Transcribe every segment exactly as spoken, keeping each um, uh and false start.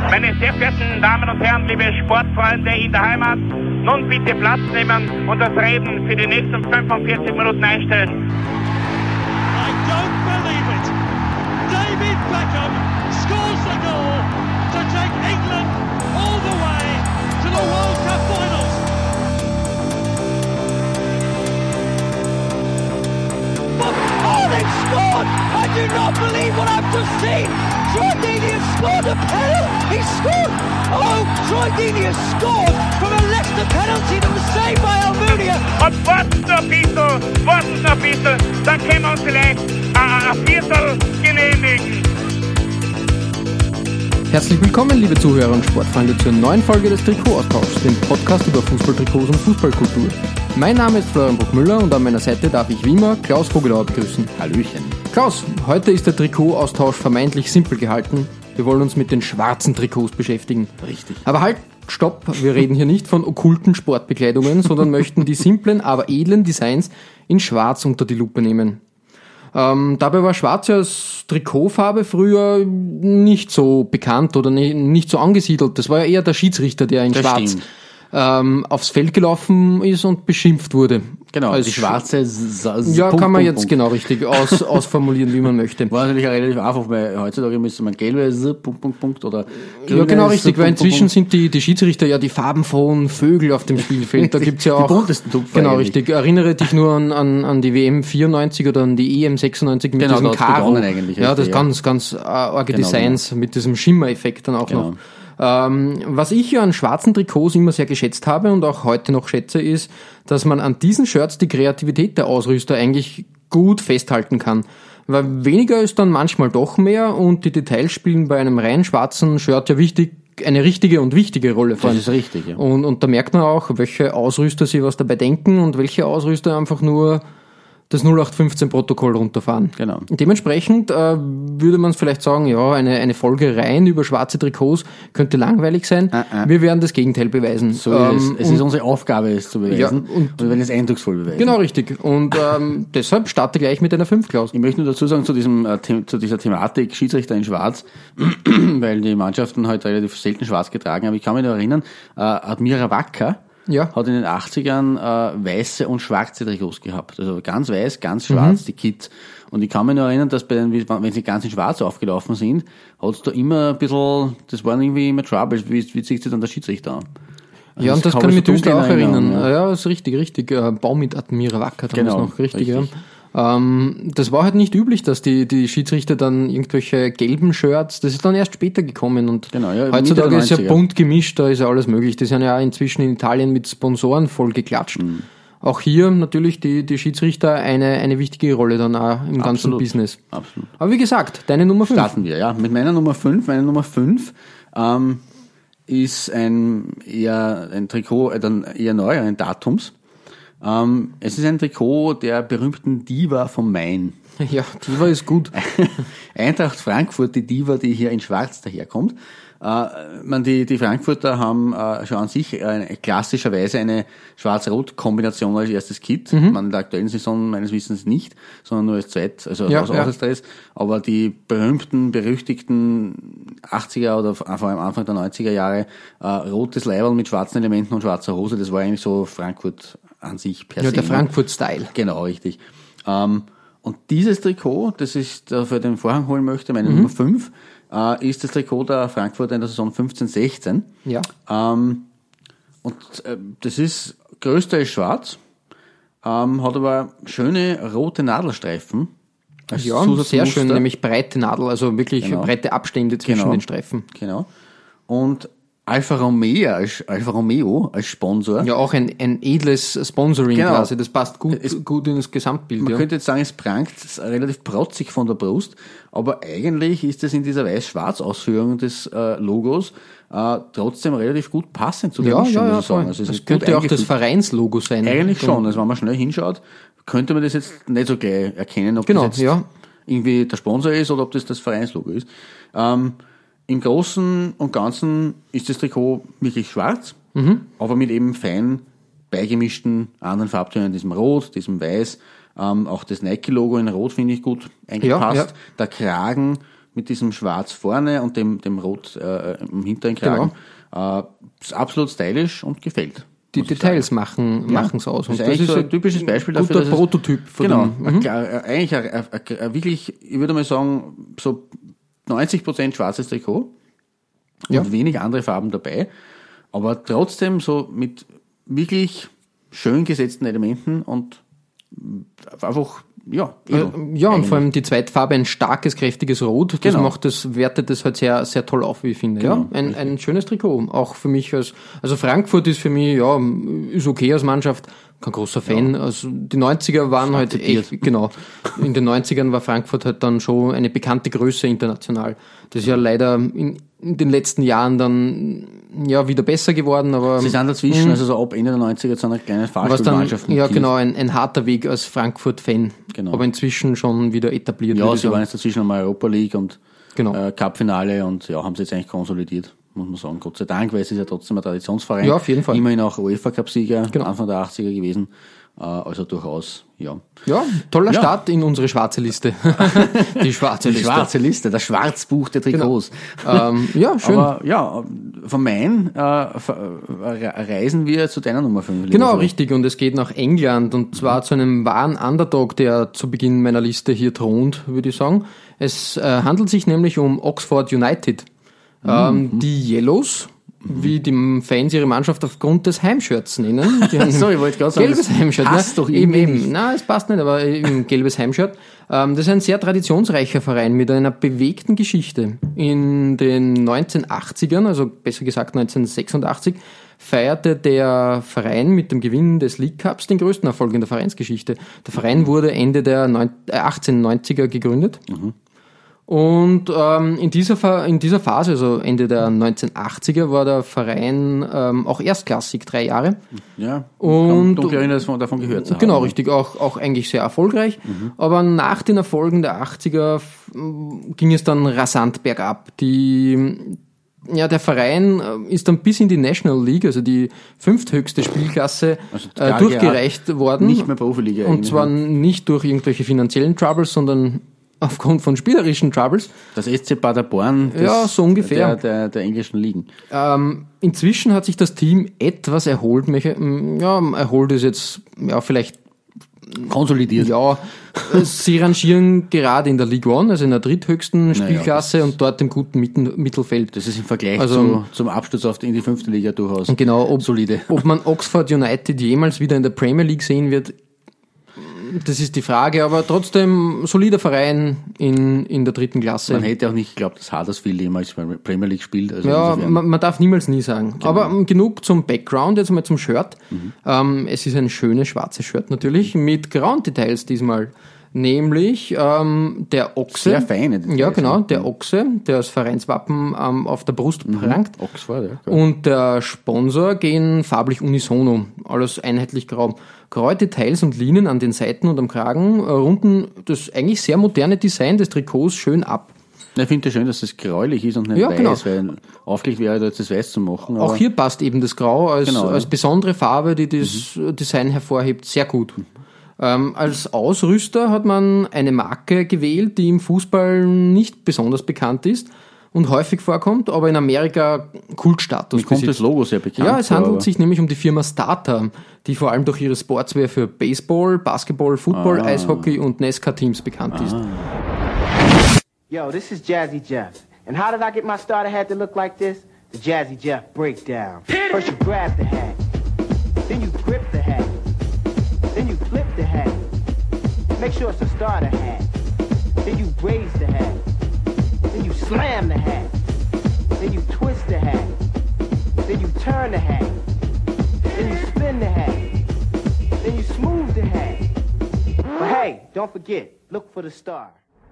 Meine sehr verehrten Damen und Herren, liebe Sportfreunde in der Heimat, nun bitte Platz nehmen und das Reden für die nächsten fünfundvierzig Minuten einstellen. I don't believe it. David Beckham scores the goal to take England all the way to the World Cup finals. Oh, they've scored! I do not believe what I've just seen! Troy Deeney has scored a penalty! He scored! Oh, Troy Deeney has scored from a Leicester penalty that was saved by Almunia! Und warten noch ein bisschen, warten noch ein bisschen, dann können wir uns vielleicht ein Viertel genehmigen. Herzlich willkommen, liebe Zuhörer und Sportfreunde, zur neuen Folge des Trikot-Austauschs, dem Podcast über Fußballtrikots und Fußballkultur. Mein Name ist Florian Bruckmüller und an meiner Seite darf ich wie immer Klaus Vogelauer begrüßen. Hallöchen. Klaus, heute ist der Trikot-Austausch vermeintlich simpel gehalten. Wir wollen uns mit den schwarzen Trikots beschäftigen. Richtig. Aber halt, stopp, wir reden hier nicht von okkulten Sportbekleidungen, sondern möchten die simplen, aber edlen Designs in schwarz unter die Lupe nehmen. Ähm, dabei war schwarz ja als Trikotfarbe früher nicht so bekannt oder ne, nicht so angesiedelt. Das war ja eher der Schiedsrichter, der in das schwarz ähm, aufs Feld gelaufen ist und beschimpft wurde. Genau, als die schwarze Sa- Ja, Punkt, kann man Punkt, jetzt Punkt. genau richtig aus, ausformulieren, wie man möchte. War natürlich auch relativ einfach, weil heutzutage müsste man gelbe S- Punkt, Punkt, Punkt oder Ja, genau S- richtig, weil Punkt, inzwischen Punkt, sind die, die Schiedsrichter ja die farbenfrohen Vögel auf dem Spielfeld. Da gibt's ja auch... Die buntesten Tupfer Genau, eigentlich. richtig. Erinnere dich nur an, an, an die W M vierundneunzig oder an die E M sechsundneunzig mit Genau, diesem da hat's Karo. begonnen eigentlich, Ja, das richtig, ja. ganz, ganz äh, arge Genau, Designs mit diesem Schimmereffekt dann auch Genau. noch. Ähm, was ich ja an schwarzen Trikots immer sehr geschätzt habe und auch heute noch schätze, ist, dass man an diesen Shirts die Kreativität der Ausrüster eigentlich gut festhalten kann. Weil weniger ist dann manchmal doch mehr und die Details spielen bei einem rein schwarzen Shirt ja wichtig, eine richtige und wichtige Rolle. Das ist richtig, ja. Und, und da merkt man auch, welche Ausrüster sich was dabei denken und welche Ausrüster einfach nur das null acht fünfzehn Protokoll runterfahren. Genau. Dementsprechend äh, würde man vielleicht sagen, ja, eine, eine Folge rein über schwarze Trikots könnte langweilig sein. Äh, äh. Wir werden das Gegenteil beweisen. So ist es. Ähm, Es und- ist unsere Aufgabe, es zu beweisen. Ja, und, und- wir werden es eindrucksvoll beweisen. Genau, richtig. Und ähm, deshalb starte gleich mit einer fünf, Klaus. Ich möchte nur dazu sagen, zu diesem, äh, The- zu dieser Thematik Schiedsrichter in Schwarz, weil die Mannschaften heute relativ selten schwarz getragen haben. Ich kann mich noch erinnern, äh, Admira Wacker Ja. hat in den achtzigern äh, weiße und schwarze Trikots gehabt. Also ganz weiß, ganz schwarz, die Kids. Und ich kann mich noch erinnern, dass bei den, wenn sie ganz in schwarz aufgelaufen sind, hat es da immer ein bisschen, das waren irgendwie immer Troubles, wie, wie zieht sich dann der Schiedsrichter an? Also Ja, und das habe kann ich mich so düster dunkel auch in erinnern. Erinnerung, Ja, das ist richtig, richtig. Äh, Baum mit Admira Wacker, da Genau, ist noch richtig. richtig. Ja. Ähm, das war halt nicht üblich, dass die, die Schiedsrichter dann irgendwelche gelben Shirts, das ist dann erst später gekommen und Genau, ja, heutzutage Mitte der ist ja neunziger. bunt gemischt, da ist ja alles möglich. Die sind ja auch inzwischen in Italien mit Sponsoren voll geklatscht. Mhm. Auch hier natürlich die, die Schiedsrichter eine, eine wichtige Rolle dann auch im ganzen Absolut. Business. Absolut. Aber wie gesagt, deine Nummer fünf. Starten wir, ja. Mit meiner Nummer fünf. Meine Nummer fünf ähm, ist ein eher ein Trikot, äh, dann eher neueren Datums. Ähm, es ist ein Trikot der berühmten Diva vom Main. Ja, Diva ist gut. Eintracht Frankfurt, die Diva, die hier in Schwarz daherkommt. Äh, man, die, die Frankfurter haben äh, schon an sich äh, klassischerweise eine Schwarz-Rot-Kombination als erstes Kit. Mhm. Man in der aktuellen Saison meines Wissens nicht, sondern nur als Zweit, also Ja, als ja. Auswärtsdress. Aber die berühmten, berüchtigten achtziger oder vor allem Anfang der neunziger Jahre äh, rotes Leiberl mit schwarzen Elementen und schwarzer Hose, das war eigentlich so Frankfurt an sich per Ja, se. der Frankfurt-Style. Genau, richtig. Ähm, und dieses Trikot, das ich dafür den Vorhang holen möchte, Mhm. meine Nummer fünf, äh, ist das Trikot der Frankfurter in der Saison fünfzehn sechzehn. Ja. Ähm, und äh, das ist größtenteils schwarz, ähm, hat aber schöne rote Nadelstreifen. Als Ja, Zusatzmuster. sehr schön, nämlich breite Nadel, also wirklich Genau. breite Abstände zwischen Genau. den Streifen. Genau. Und Alfa Romeo als, Alfa Romeo als Sponsor. Ja, auch ein, ein edles Sponsoring Genau. quasi, das passt gut, Es- gut in das Gesamtbild. Man Ja. könnte jetzt sagen, es prangt relativ protzig von der Brust, aber eigentlich ist es in dieser weiß-schwarz-Ausführung des äh, Logos äh, trotzdem relativ gut passend zu der Ja, Mischung, ja, ja, muss ich sagen. voll. Also es Das ist gut könnte auch das eingefügt. Vereinslogo sein. Eigentlich schon, also wenn man schnell hinschaut, könnte man das jetzt nicht so gleich erkennen, ob Genau, das jetzt ja. irgendwie der Sponsor ist oder ob das das Vereinslogo ist. Ähm, Im Großen und Ganzen ist das Trikot wirklich schwarz, Mhm. aber mit eben fein beigemischten anderen Farbtönen, diesem Rot, diesem Weiß. Ähm, auch das Nike-Logo in Rot finde ich gut eingepasst. Ja, ja. Der Kragen mit diesem Schwarz vorne und dem, dem Rot äh, im hinteren Kragen. Genau. Äh, ist absolut stylisch und gefällt. Die Details machen Ja. machen es aus. Das ist Und eigentlich so ein typisches Beispiel dafür, guter dass es- Prototyp von Genau, dem. ein klar, äh, eigentlich ein, ein, ein, ein wirklich, ich würde mal sagen, so neunzig Prozent schwarzes Trikot und Ja. wenig andere Farben dabei, aber trotzdem so mit wirklich schön gesetzten Elementen und einfach, ja, edel. Äh, Ja, und vor allem die zweite Farbe, ein starkes, kräftiges Rot, das Genau. macht das, wertet das halt sehr, sehr toll auf, wie ich finde. Genau, Ja, ein, ein schönes Trikot. Auch für mich als, also Frankfurt ist für mich, ja, ist okay als Mannschaft. Kein großer Fan. Also die neunziger waren halt akzeptiert. echt, genau. In den neunzigern war Frankfurt halt dann schon eine bekannte Größe international. Das ist ja leider in, in den letzten Jahren dann, ja, wieder besser geworden, aber. Sie sind dazwischen, also so ab Ende der neunziger zu einer kleinen Was dann, Fahrstuhlmannschaft. ja mit genau, ein, ein harter Weg als Frankfurt-Fan. Genau. Aber inzwischen schon wieder etabliert. Ja, würde ich sie waren sagen. jetzt dazwischen einmal Europa League und Genau. äh, Cup-Finale und ja, haben sie jetzt eigentlich konsolidiert, muss man sagen. Gott sei Dank, weil es ist ja trotzdem ein Traditionsverein. Ja, auf jeden Fall. Immerhin auch UEFA-Cup-Sieger, Genau. Anfang der achtziger gewesen. Äh, also durchaus, ja. Ja, toller Ja. Start in unsere schwarze Liste. Die schwarze Die Liste. schwarze Liste, das Schwarzbuch der Trikots. Ähm, ja, schön. Aber ja, von mein äh, reisen wir zu deiner Nummer fünf. Genau, richtig. Und es geht nach England und zwar zu einem wahren Underdog, der zu Beginn meiner Liste hier thront, würde ich sagen. Es äh, handelt sich nämlich um Oxford United. Ähm, die Yellows, wie die Fans ihre Mannschaft aufgrund des Heimshirts nennen. Die haben So, ich wollte gerade sagen, gelbes das Heimshirt. passt ne? doch eben, irgendwie eben. nicht. Na, es passt nicht, aber eben gelbes Heimshirt. Ähm, das ist ein sehr traditionsreicher Verein mit einer bewegten Geschichte. In den neunzehnhundertachtzigern, also besser gesagt neunzehnhundertsechsundachtzig, feierte der Verein mit dem Gewinn des League Cups den größten Erfolg in der Vereinsgeschichte. Der Verein wurde Ende der neun- äh, achtzehnhundertneunziger gegründet. Und ähm, in, dieser Fa- in dieser Phase, also Ende der neunzehnhundertachtziger, war der Verein ähm, auch erstklassig, drei Jahre. Ja, Und- dunkel erinnern, davon, davon gehört zu haben. Genau, richtig, auch, auch eigentlich sehr erfolgreich. Aber nach den Erfolgen der achtziger f- ging es dann rasant bergab. Die, ja, der Verein äh, ist dann bis in die National League, also die fünfthöchste Spielklasse, Also äh, gar durchgereicht worden. Nicht mehr Profiliga. Und eigentlich. zwar nicht durch irgendwelche finanziellen Troubles, sondern aufgrund von spielerischen Troubles. Das S C Paderborn des, Ja, so ungefähr. Der, der, der englischen Ligen. Ähm, inzwischen hat sich das Team etwas erholt. Mich- Ja, erholt ist jetzt ja vielleicht Konsolidiert. Ja, äh, sie rangieren gerade in der League One, also in der dritthöchsten Spielklasse und dort im guten Mitten- Mittelfeld. Das ist im Vergleich Also- zu, zum Absturz auf die, in die fünfte Liga durchaus Genau, ob, solide. ob man Oxford United jemals wieder in der Premier League sehen wird, das ist die Frage, aber trotzdem solider Verein in, in der dritten Klasse. Man hätte auch nicht geglaubt, dass Huddersfield jemals bei Premier League spielt. Also Ja, insofern- man, man darf niemals nie sagen. Aber ähm, genug zum Background, jetzt mal zum Shirt. Ähm, es ist ein schönes schwarzes Shirt natürlich, mit grauen Details diesmal. Nämlich ähm, der Ochse. Sehr feine Details, Ja, genau, ja. der Ochse, der als Vereinswappen ähm, auf der Brust prangt. Oxford, ja. klar. Und der Sponsor gehen farblich unisono, alles einheitlich grau. Graue Details und Linien an den Seiten und am Kragen äh, runden das eigentlich sehr moderne Design des Trikots schön ab. Ich finde es schön, dass es gräulich ist und nicht Ja, weiß, genau. weil aufgelegt wäre, jetzt das Weiß zu machen. Aber Auch hier passt eben das Grau als, Genau, ja. als besondere Farbe, die das Design hervorhebt, sehr gut. Ähm, als Ausrüster hat man eine Marke gewählt, die im Fußball nicht besonders bekannt ist und häufig vorkommt, aber in Amerika Kultstatus mir kommt besitzt. das Logo sehr bekannt Ja, es vor, handelt aber- sich nämlich um die Firma Starter, die vor allem durch ihre Sportswear für Baseball, Basketball, Football, Ah. Eishockey und NASCAR-Teams bekannt ist. Yo, this is Jazzy Jeff. And how did I get my starter hat to look like this? The Jazzy Jeff breakdown. First you grab the hat, then you grip the hat, then you flip the hat. Make sure it's a starter hat. Then you raise the hat, then you slam the hat, then you twist the hat, then you turn the hat, then you spin the hat, then you smooth the hat. But hey, don't forget, look for the star.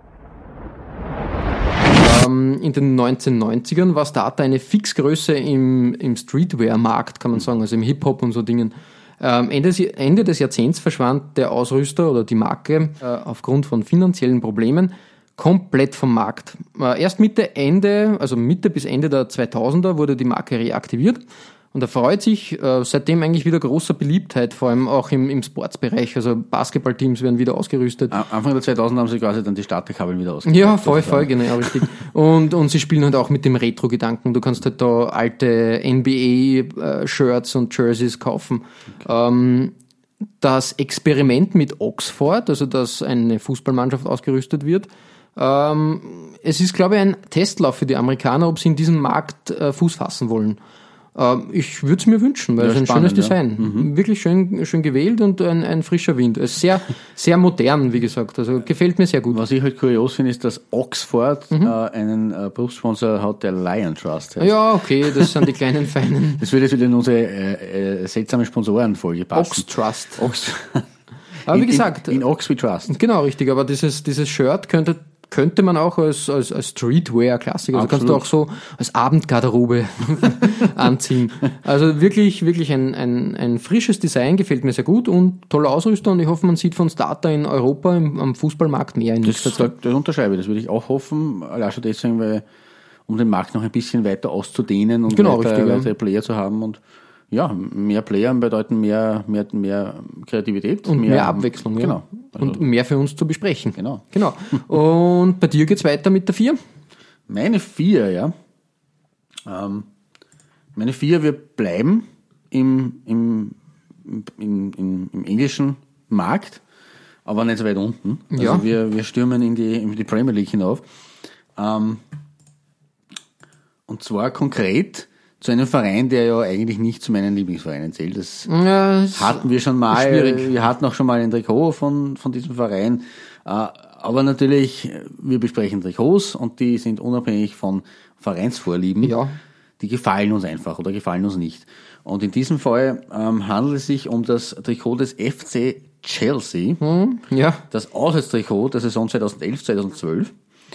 Ähm, in den neunzehnhundertneunzigern war Starter eine Fixgröße im, im Streetwear-Markt, kann man sagen, also im Hip-Hop und so Dingen. Ähm, Ende, des- Ende des Jahrzehnts verschwand der Ausrüster oder die Marke äh, aufgrund von finanziellen Problemen komplett vom Markt. Äh, erst Mitte, Ende, also Mitte bis Ende der zweitausender wurde die Marke reaktiviert Und er freut sich äh, seitdem eigentlich wieder großer Beliebtheit, vor allem auch im, im Sportsbereich. Also Basketballteams werden wieder ausgerüstet. Anfang der zweitausender haben sie quasi dann die Starterkabel wieder ausgerüstet. Ja, voll, voll, genau, richtig. Und, und sie spielen halt auch mit dem Retro-Gedanken. Du kannst halt da alte N B A-Shirts und Jerseys kaufen. Okay. Ähm, das Experiment mit Oxford, also dass eine Fußballmannschaft ausgerüstet wird, ähm, es ist, glaube ich, ein Testlauf für die Amerikaner, ob sie in diesem Markt äh, Fuß fassen wollen. Ich würde es mir wünschen, weil ja, es ein spannend, schönes Design. Ja. Mhm. Wirklich schön, schön gewählt und ein, ein frischer Wind. Es ist sehr, sehr modern, wie gesagt. Also gefällt mir sehr gut. Was ich halt kurios finde, ist, dass Oxford mhm. äh, einen äh, Berufssponsor hat, der Lion Trust heißt. Ja, okay, das sind die kleinen Feinen. Das würde jetzt wieder in unsere äh, äh, seltsame Sponsorenfolge passen. Ox Trust. Ox aber wie gesagt. In, in Ox we Trust. Genau, richtig. Aber dieses, dieses Shirt könnte könnte man auch als, als, als Streetwear-Klassiker, also kannst du auch so als Abendgarderobe anziehen. Also wirklich, wirklich ein, ein, ein frisches Design, gefällt mir sehr gut und toller Ausrüster und ich hoffe, man sieht von Starter in Europa im, am Fußballmarkt mehr in nächster Zeit. Das unterschreibe ich, das würde ich auch hoffen, allein schon deswegen, weil, um den Markt noch ein bisschen weiter auszudehnen und genau, weiter, richtig, weitere ja. Player zu haben und ja, mehr Player bedeuten mehr, mehr, mehr Kreativität. Und mehr, mehr Abwechslung, ja. Genau. Also und mehr für uns zu besprechen. Genau. Genau. Und bei dir geht's weiter mit der vier? Meine vier, ja. Ähm, meine vier, wir bleiben im, im, im, im, im englischen Markt, aber nicht so weit unten. Also ja. wir, wir stürmen in die, in die Premier League hinauf. Ähm, und zwar konkret zu einem Verein, der ja eigentlich nicht zu meinen Lieblingsvereinen zählt. Das ja, hatten wir schon mal. Schwierig. Wir hatten auch schon mal ein Trikot von, von diesem Verein. Aber natürlich, wir besprechen Trikots und die sind unabhängig von Vereinsvorlieben. Ja. Die gefallen uns einfach oder gefallen uns nicht. Und in diesem Fall ähm, handelt es sich um das Trikot des F C Chelsea. Hm, ja. Das Auswärtstrikot der Saison zweitausendelf zweitausendzwölf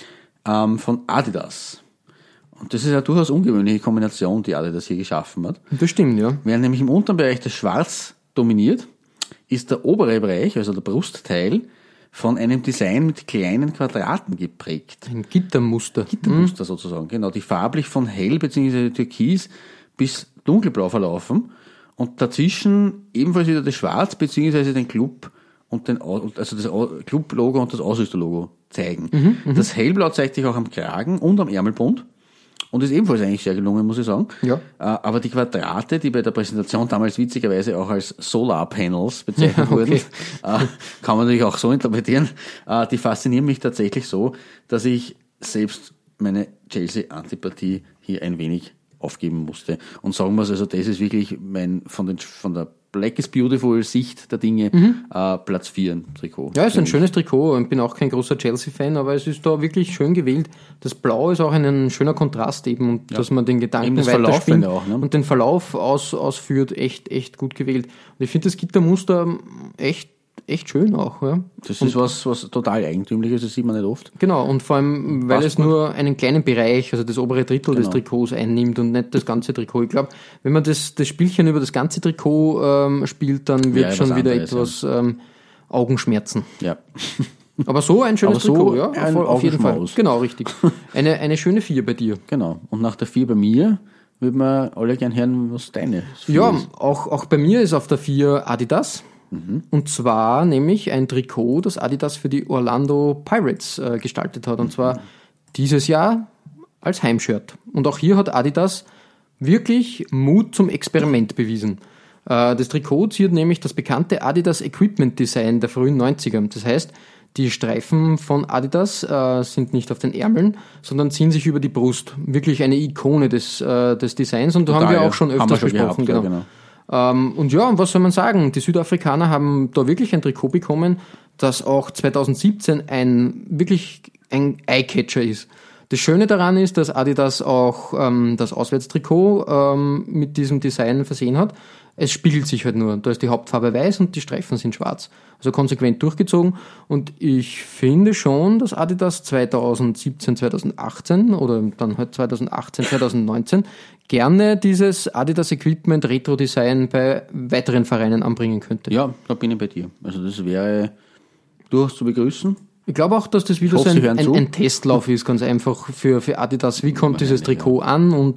ähm, von Adidas. Und das ist eine durchaus ungewöhnliche Kombination, die Adidas hier geschaffen hat. Das stimmt, ja. Während nämlich im unteren Bereich das Schwarz dominiert, ist der obere Bereich, also der Brustteil, von einem Design mit kleinen Quadraten geprägt. Ein Gittermuster. Gittermuster mhm. sozusagen, genau. Die farblich von hell bzw. türkis bis dunkelblau verlaufen und dazwischen ebenfalls wieder das Schwarz bzw. den Club und den, also das Club-Logo und das Ausrüsterlogo zeigen. Mhm, das Hellblau zeigt sich auch am Kragen und am Ärmelbund. Und ist ebenfalls eigentlich sehr gelungen, muss ich sagen. Ja. Aber die Quadrate, die bei der Präsentation damals witzigerweise auch als Solarpanels bezeichnet ja, okay. wurden, kann man natürlich auch so interpretieren, die faszinieren mich tatsächlich so, dass ich selbst meine Chelsea-Antipathie hier ein wenig aufgeben musste. Und sagen wir es, also das ist wirklich mein, von den, von der Black is Beautiful Sicht der Dinge, mhm. äh, Platz vier Trikot. Ja, ist ein schönes Trikot. Ich bin auch kein großer Chelsea-Fan, aber es ist da wirklich schön gewählt. Das Blau ist auch ein schöner Kontrast eben, und ja. dass man den Gedanken weiterspinnt auch, ne? Und den Verlauf aus, ausführt, echt, echt gut gewählt. Und ich finde das Gittermuster echt echt schön auch, ja. Das ist und, was, was total eigentümliches, das sieht man nicht oft. Genau, und vor allem, weil Passt es gut. nur einen kleinen Bereich, also das obere Drittel genau. des Trikots einnimmt und nicht das ganze Trikot. Ich glaube, wenn man das, das Spielchen über das ganze Trikot ähm, spielt, dann wird ja, schon wieder anderes, etwas ja. ähm, Augenschmerzen. Ja. Aber so ein schönes so Trikot, ja, ein auf, auf jeden Fall. Genau, richtig. Eine, eine schöne vier bei dir. Genau. Und nach der vier bei mir würden wir alle gern hören, was deine Ja, ist. auch, auch bei mir ist auf der vier Adidas. Mhm. Und zwar nämlich ein Trikot, das Adidas für die Orlando Pirates äh, gestaltet hat. Und mhm. zwar dieses Jahr als Heimshirt. Und auch hier hat Adidas wirklich Mut zum Experiment bewiesen. Äh, das Trikot ziert nämlich das bekannte Adidas Equipment Design der frühen neunziger. Das heißt, die Streifen von Adidas äh, sind nicht auf den Ärmeln, sondern ziehen sich über die Brust. Wirklich eine Ikone des, äh, des Designs. Und da haben wir auch schon öfters besprochen. Genau. Genau. Ähm, und ja, was soll man sagen? Die Südafrikaner haben da wirklich ein Trikot bekommen, das auch zweitausendsiebzehn ein wirklich ein Eyecatcher ist. Das Schöne daran ist, dass Adidas auch ähm, das Auswärtstrikot ähm, mit diesem Design versehen hat. Es spiegelt sich halt nur. Da ist die Hauptfarbe weiß und die Streifen sind schwarz. Also konsequent durchgezogen. Und ich finde schon, dass Adidas zweitausendsiebzehn, zweitausendachtzehn oder dann halt zweitausendachtzehn, zweitausendneunzehn gerne dieses Adidas Equipment Retro Design bei weiteren Vereinen anbringen könnte. Ja, da bin ich bei dir. Also das wäre durchaus zu begrüßen. Ich glaube auch, dass das wieder hoffe, so ein, ein, ein Testlauf ist, ganz einfach für, für Adidas. Wie kommt dieses Trikot an und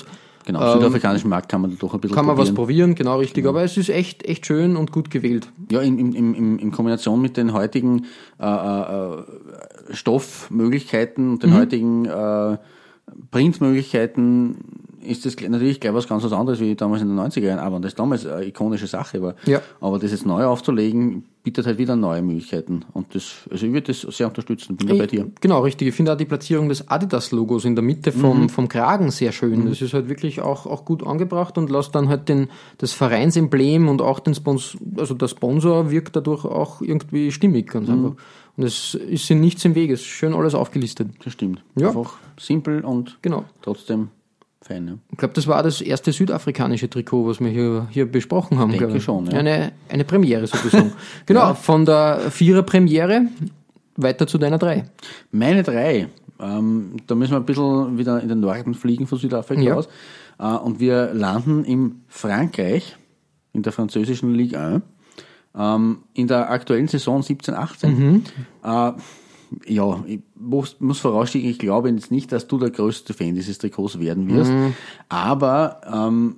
Genau, im ähm, südafrikanischen Markt kann man da doch ein bisschen Kann man probieren. was probieren, genau richtig, aber es ist echt echt schön und gut gewählt. Ja, in, in, in, in Kombination mit den heutigen äh, äh, Stoffmöglichkeiten und den mhm. heutigen äh, Printmöglichkeiten ist das natürlich gleich was ganz was anderes wie damals in den neunziger Jahren, aber das ist damals eine ikonische Sache war. Ja. Aber das jetzt neu aufzulegen, bietet halt wieder neue Möglichkeiten. Und das, also ich würde das sehr unterstützen, bin da bei dir. Genau, richtig. Ich finde auch die Platzierung des Adidas-Logos in der Mitte vom, mhm. vom Kragen sehr schön. Mhm. Das ist halt wirklich auch, auch gut angebracht und lässt dann halt den, das Vereinsemblem und auch den Sponsor, also der Sponsor wirkt dadurch auch irgendwie stimmig, ganz mhm. einfach. Und es ist in nichts im Weg, es ist schön alles aufgelistet. Das stimmt. Ja. Einfach simpel und genau. trotzdem fein. Ja. Ich glaube, das war das erste südafrikanische Trikot, was wir hier, hier besprochen haben. Ich denke glaube ich. schon, ja. Eine, eine Premiere sozusagen. Genau, ja. Von der Vierer-Premiere weiter zu deiner drei. Meine drei, ähm, da müssen wir ein bisschen wieder in den Norden fliegen von Südafrika ja. aus. Äh, und wir landen in Frankreich, in der französischen Ligue eins, ähm, in der aktuellen Saison siebzehn achtzehn. Mhm. Äh, Ja, ich muss, muss vorausschicken, ich glaube jetzt nicht, dass du der größte Fan dieses Trikots werden wirst, mhm. aber ähm,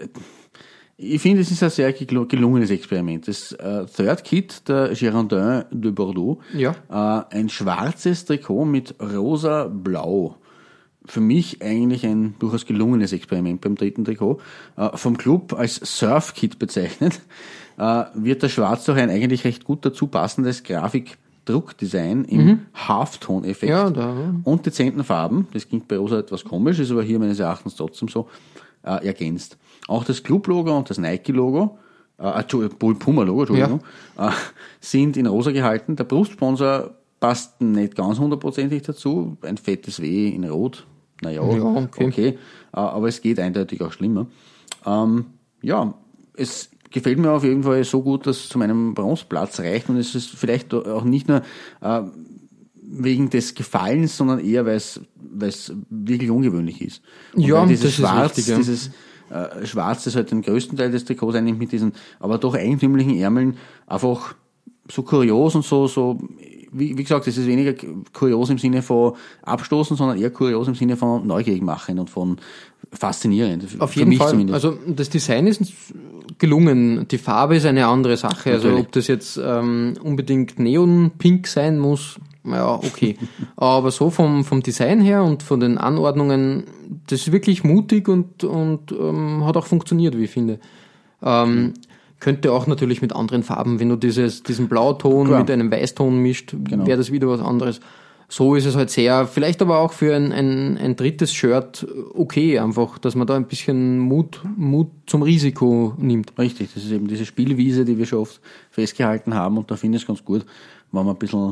ich finde, es ist ein sehr gelungenes Experiment. Das äh, Third Kit der Girondins de Bordeaux, ja. äh, ein schwarzes Trikot mit rosa-blau. Für mich eigentlich ein durchaus gelungenes Experiment beim dritten Trikot. Äh, vom Club als Surf-Kit bezeichnet, äh, wird das Schwarz durch ein eigentlich recht gut dazu passendes Grafik Druckdesign im mhm. Halftone-Effekt ja, da, ja. und dezenten Farben, das klingt bei Rosa etwas komisch, ist aber hier meines Erachtens trotzdem so, äh, ergänzt. Auch das Club-Logo und das Nike-Logo, äh, Puma-Logo, Entschuldigung, ja. äh, sind in Rosa gehalten. Der Brustsponsor passt nicht ganz hundertprozentig dazu, ein fettes W in Rot, naja, ja, okay, okay äh, aber es geht eindeutig auch schlimmer. Ähm, ja, es gefällt mir auf jeden Fall so gut, dass es zu meinem Bronzeplatz reicht und es ist vielleicht auch nicht nur äh, wegen des Gefallens, sondern eher, weil es weil es wirklich ungewöhnlich ist. Und ja, dieses das Schwarz, ist richtig, ja. dieses äh, Schwarz, das halt den größten Teil des Trikots einnimmt mit diesen, aber doch eigentümlichen Ärmeln, einfach so kurios und so, so, wie, wie gesagt, es ist weniger kurios im Sinne von abstoßen, sondern eher kurios im Sinne von neugierig machen und von faszinierend. Auf jeden Fall. Zumindest. Also das Design ist gelungen. Die Farbe ist eine andere Sache. Also Natürlich. Ob das jetzt ähm, unbedingt Neonpink sein muss, ja, okay. Aber so vom, vom Design her und von den Anordnungen, das ist wirklich mutig und, und ähm, hat auch funktioniert, wie ich finde. Ähm, mhm. Könnte auch natürlich mit anderen Farben, wenn du dieses, diesen Blauton Klar. mit einem Weißton mischt, genau. wäre das wieder was anderes. So ist es halt sehr, vielleicht aber auch für ein, ein, ein drittes Shirt okay, einfach, dass man da ein bisschen Mut, Mut zum Risiko nimmt. Richtig, das ist eben diese Spielwiese, die wir schon oft festgehalten haben und da finde ich es ganz gut, wenn man ein bisschen,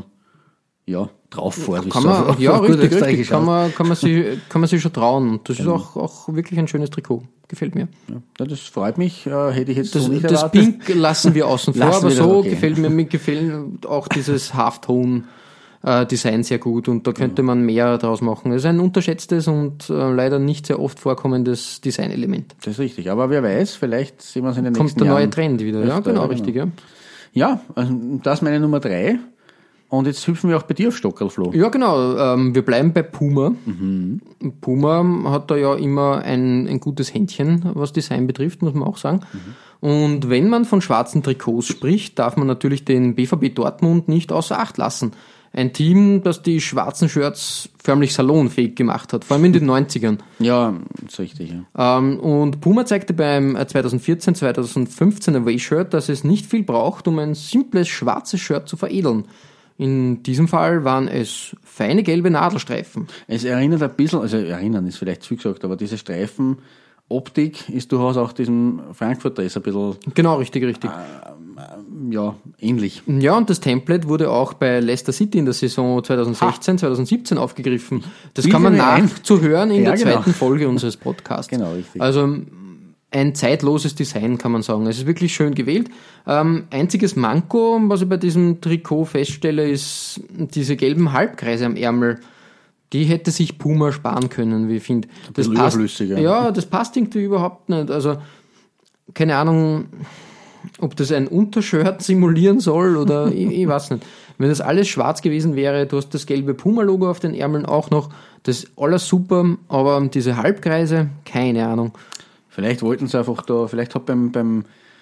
ja, drauf fährt. Kann man, so, ja, richtig, richtig, kann man, kann man sich, kann man sich schon trauen und das genau. ist auch, auch wirklich ein schönes Trikot. Gefällt mir. Ja, das freut mich, äh, hätte ich jetzt das, so nicht das erwartet. Pink lassen wir außen vor, aber so okay. gefällt mir, mir gefällt auch dieses Halftone Design sehr gut und da könnte man mehr draus machen. Es ist ein unterschätztes und äh, leider nicht sehr oft vorkommendes Designelement. Das ist richtig, aber wer weiß, vielleicht sehen wir es in den Kommt nächsten Jahren. Kommt der neue Trend wieder, öfter, ja, genau, ja, richtig, ja. Ja, also das ist meine Nummer drei und jetzt hüpfen wir auch bei dir auf Stockerl, Flo. Ja, genau, ähm, wir bleiben bei Puma. Mhm. Puma hat da ja immer ein, ein gutes Händchen, was Design betrifft, muss man auch sagen. Mhm. Und wenn man von schwarzen Trikots spricht, darf man natürlich den B V B Dortmund nicht außer Acht lassen. Ein Team, das die schwarzen Shirts förmlich salonfähig gemacht hat, vor allem in den neunzigern. Ja, ist richtig. Ja. Ähm, und Puma zeigte beim zweitausendvierzehn zweitausendfünfzehn Away-Shirt, dass es nicht viel braucht, um ein simples schwarzes Shirt zu veredeln. In diesem Fall waren es feine gelbe Nadelstreifen. Es erinnert ein bisschen, also erinnern ist vielleicht zu gesagt, aber diese Streifen Optik ist durchaus auch diesem Frankfurt-Dress ein bisschen... Genau, richtig, richtig. Äh, ja, ähnlich. Ja, und das Template wurde auch bei Leicester City in der Saison zweitausendsechzehn ha. zweitausendsiebzin aufgegriffen. Das Wie kann man nachzuhören in ja, der zweiten genau. Folge unseres Podcasts. Genau, richtig. Also ein zeitloses Design, kann man sagen. Es ist wirklich schön gewählt. Ähm, einziges Manko, was ich bei diesem Trikot feststelle, ist diese gelben Halbkreise am Ärmel. Die hätte sich Puma sparen können, wie ich finde. Das passt, ja, das passt irgendwie überhaupt nicht. Also, keine Ahnung, ob das ein Untershirt simulieren soll oder ich, ich weiß nicht. Wenn das alles schwarz gewesen wäre, du hast das gelbe Puma-Logo auf den Ärmeln auch noch, das ist alles super, aber diese Halbkreise, keine Ahnung. Vielleicht wollten sie einfach da, vielleicht hat beim, beim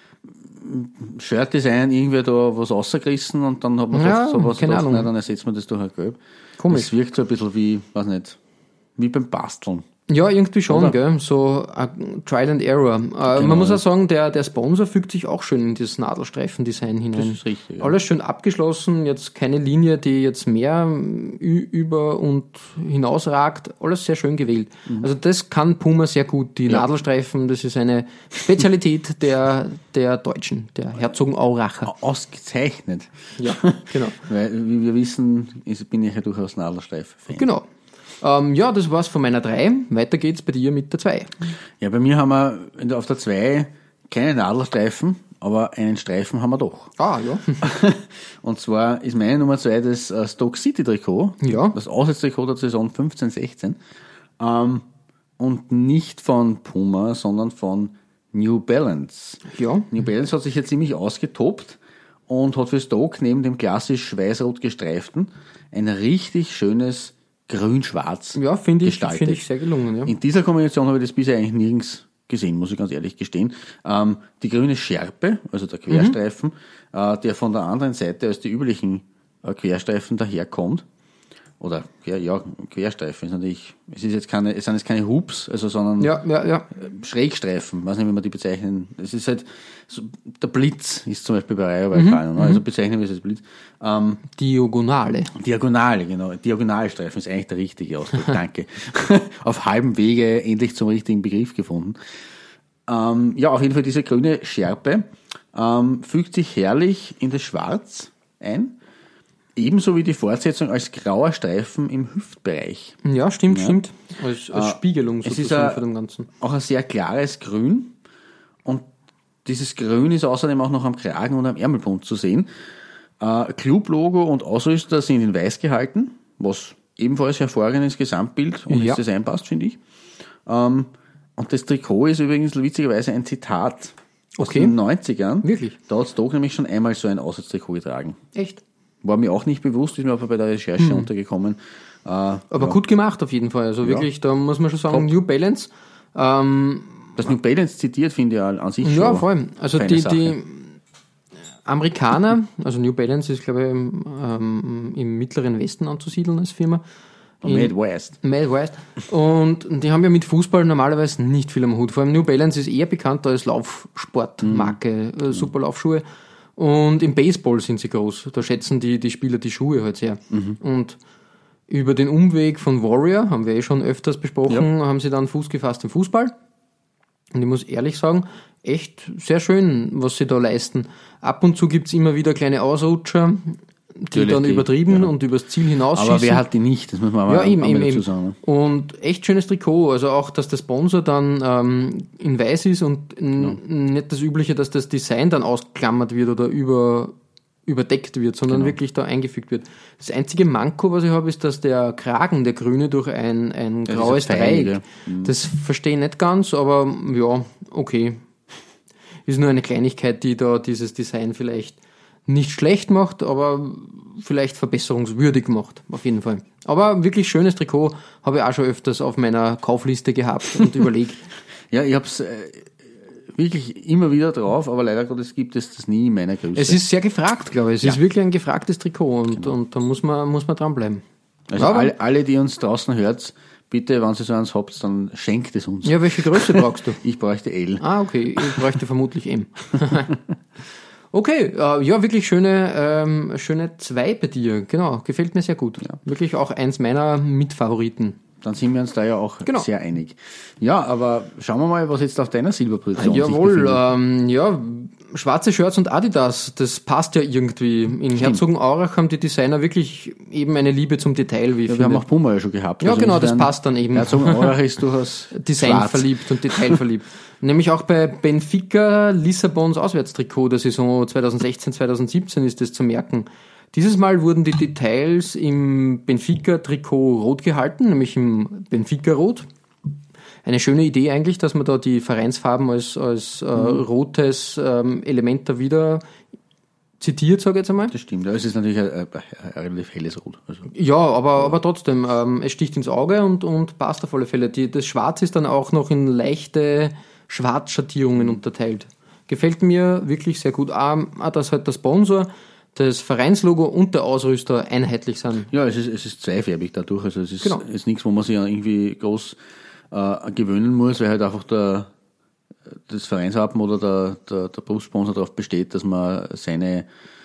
Shirt-Design irgendwer da was rausgerissen und dann hat man ja, gedacht, sowas keine gedacht, Ahnung. nein, dann ersetzt man das durch ein Gelb. Komisch. Das wirkt so ein bisschen wie, weiß nicht, wie beim Basteln. Ja, irgendwie schon, Oder? gell? So uh, Trial and Error. Äh, Genau, man muss ja. auch sagen, der, der Sponsor fügt sich auch schön in dieses Nadelstreifen-Design hinein. Das ist richtig, ja. Alles schön abgeschlossen, jetzt keine Linie, die jetzt mehr ü- über und hinausragt. Alles sehr schön gewählt. Also das kann Puma sehr gut. Die Ja. Nadelstreifen, das ist eine Spezialität der, der Deutschen, der Herzogenauracher. Ausgezeichnet. Ja, genau. Weil, wie wir wissen, ist, bin ich ja durchaus Nadelstreifen-Fan. Genau. Ähm, ja, das war's von meiner drei. Weiter geht's bei dir mit der zwei. Ja, bei mir haben wir in der- auf der zwei keine Nadelstreifen, aber einen Streifen haben wir doch. Ah, ja. Und zwar ist meine Nummer zwei das äh, Stoke City Trikot. Ja. Das Auswärtstrikot der Saison fünfzehn sechzehn. Ähm, und nicht von Puma, sondern von New Balance. Ja. New Balance hat sich jetzt ziemlich ausgetobt und hat für Stoke neben dem klassisch weiß-rot gestreiften ein richtig schönes grün-schwarz Ja, finde ich, gestaltet. finde ich sehr gelungen, ja. In dieser Kombination habe ich das bisher eigentlich nirgends gesehen, muss ich ganz ehrlich gestehen. Ähm, die grüne Schärpe, also der Querstreifen, Mhm. äh, der von der anderen Seite als die üblichen äh, Querstreifen daherkommt, oder ja, ja, Querstreifen ist natürlich, es ist jetzt keine, es sind jetzt keine Hoops, also sondern Ja, ja, ja. Schrägstreifen, weiß nicht, wie man die bezeichnen. Es ist halt, so, der Blitz ist zum Beispiel bei Rayo Vallecano, ne? Also bezeichnen wir es als Blitz. Ähm, Diagonale. Diagonale, genau. Diagonalstreifen ist eigentlich der richtige Ausdruck, danke. Auf halbem Wege endlich zum richtigen Begriff gefunden. Ähm, ja, auf jeden Fall diese grüne Schärpe ähm, fügt sich herrlich in das Schwarz ein. Ebenso wie die Fortsetzung als grauer Streifen im Hüftbereich. Ja, stimmt, stimmt. Als, als Äh, Spiegelung es ist sozusagen ein- für den Ganzen. Auch ein sehr klares Grün. Und dieses Grün ist außerdem auch noch am Kragen und am Ärmelbund zu sehen. Äh, Club-Logo und Ausrüster sind in weiß gehalten, was ebenfalls hervorragend ins Gesamtbild und Ja. ins Design passt, finde ich. Ähm, und das Trikot ist übrigens witzigerweise ein Zitat aus Okay. den neunzigern. Wirklich? Da hat Stoke nämlich schon einmal so ein Auswärtstrikot getragen. Echt? War mir auch nicht bewusst, ist mir aber bei der Recherche untergekommen. Äh, Aber ja. gut gemacht auf jeden Fall. Also wirklich, da muss man schon sagen, Top. New Balance. Ähm, Das New Balance zitiert, finde ich ja an sich schon. ja, vor allem. Also feine die, Sache. die Amerikaner, also New Balance ist, glaube ich, im, ähm, im mittleren Westen anzusiedeln als Firma. Made West. Mad West. Und die haben ja mit Fußball normalerweise nicht viel am Hut. Vor allem New Balance ist eher bekannt als Laufsportmarke, Mhm. äh, super Laufschuhe. Und im Baseball sind sie groß. Da schätzen die, die Spieler die Schuhe halt sehr. Mhm. Und über den Umweg von Warrior, haben wir eh schon öfters besprochen, haben sie dann Fuß gefasst im Fußball. Und ich muss ehrlich sagen, echt sehr schön, was sie da leisten. Ab und zu gibt's immer wieder kleine Ausrutscher, die Natürlich, dann die- übertrieben ja. und übers Ziel hinausschießen. Aber wer hat die nicht? Das muss man Ja, mal, eben, mal eben, dazu eben. sagen. Ne? Und echt schönes Trikot. Also auch, dass der Sponsor dann ähm, in weiß ist und n- nicht das Übliche, dass das Design dann ausklammert wird oder über, überdeckt wird, sondern Genau. wirklich da eingefügt wird. Das einzige Manko, was ich habe, ist, dass der Kragen, der grüne, durch ein, ein Ja, graues dieser Pfeil, Dreieck, ja. Mhm. das verstehe ich nicht ganz, aber ja, okay. Ist nur eine Kleinigkeit, die da dieses Design vielleicht nicht schlecht macht, aber vielleicht verbesserungswürdig macht, auf jeden Fall. Aber wirklich schönes Trikot, habe ich auch schon öfters auf meiner Kaufliste gehabt und überlegt. Ja, ich hab's äh, wirklich immer wieder drauf, aber leider Gottes gibt es das nie in meiner Größe. Es ist sehr gefragt, glaube ich. Es Ja. ist wirklich ein gefragtes Trikot und, und da muss man, muss man dranbleiben. also aber- alle, alle, die uns draußen hört, bitte, wenn ihr so eins habt, dann schenkt es uns. Ja, welche Größe brauchst du? Ich bräuchte L. Ah, okay, ich bräuchte vermutlich M. Okay, äh, ja, wirklich schöne, ähm, schöne zwei bei dir. Genau, gefällt mir sehr gut. Wirklich auch eins meiner Mitfavoriten. Dann sind wir uns da ja auch Genau. sehr einig. Ja, aber schauen wir mal, was jetzt auf deiner Silberposition sich Jawohl, befindet. ähm, ja, schwarze Shirts und Adidas, das passt ja irgendwie. In Herzogenaurach haben die Designer wirklich eben eine Liebe zum Detail, wie ich Ja, wir finde. haben auch Puma ja schon gehabt. Ja, genau, das insofern- passt dann eben. Herzogenaurach ist durchaus Design schwarz. verliebt und Detail verliebt. Nämlich auch bei Benfica Lissabons Auswärtstrikot der Saison zwanzig sechzehn zwanzig siebzehn ist das zu merken. Dieses Mal wurden die Details im Benfica-Trikot rot gehalten, nämlich im Benfica-Rot. Eine schöne Idee eigentlich, dass man da die Vereinsfarben als, als äh, rotes ähm, Element da wieder zitiert, sage ich jetzt einmal. Das stimmt, ja, es ist natürlich ein, ein, ein relativ helles Rot. Also. Ja, aber, aber trotzdem, ähm, es sticht ins Auge und, und passt auf alle Fälle. Die, das Schwarz ist dann auch noch in leichte Schwarzschattierungen unterteilt. Gefällt mir wirklich sehr gut. Auch, auch dass halt der Sponsor, das Vereinslogo und der Ausrüster einheitlich sind. Ja, es ist, es ist zweifärbig dadurch. Also es ist, Genau. es ist nichts, wo man sich irgendwie groß äh, gewöhnen muss, weil halt einfach der das Vereinswappen oder der, der, der Brustsponsor darauf besteht, dass man seine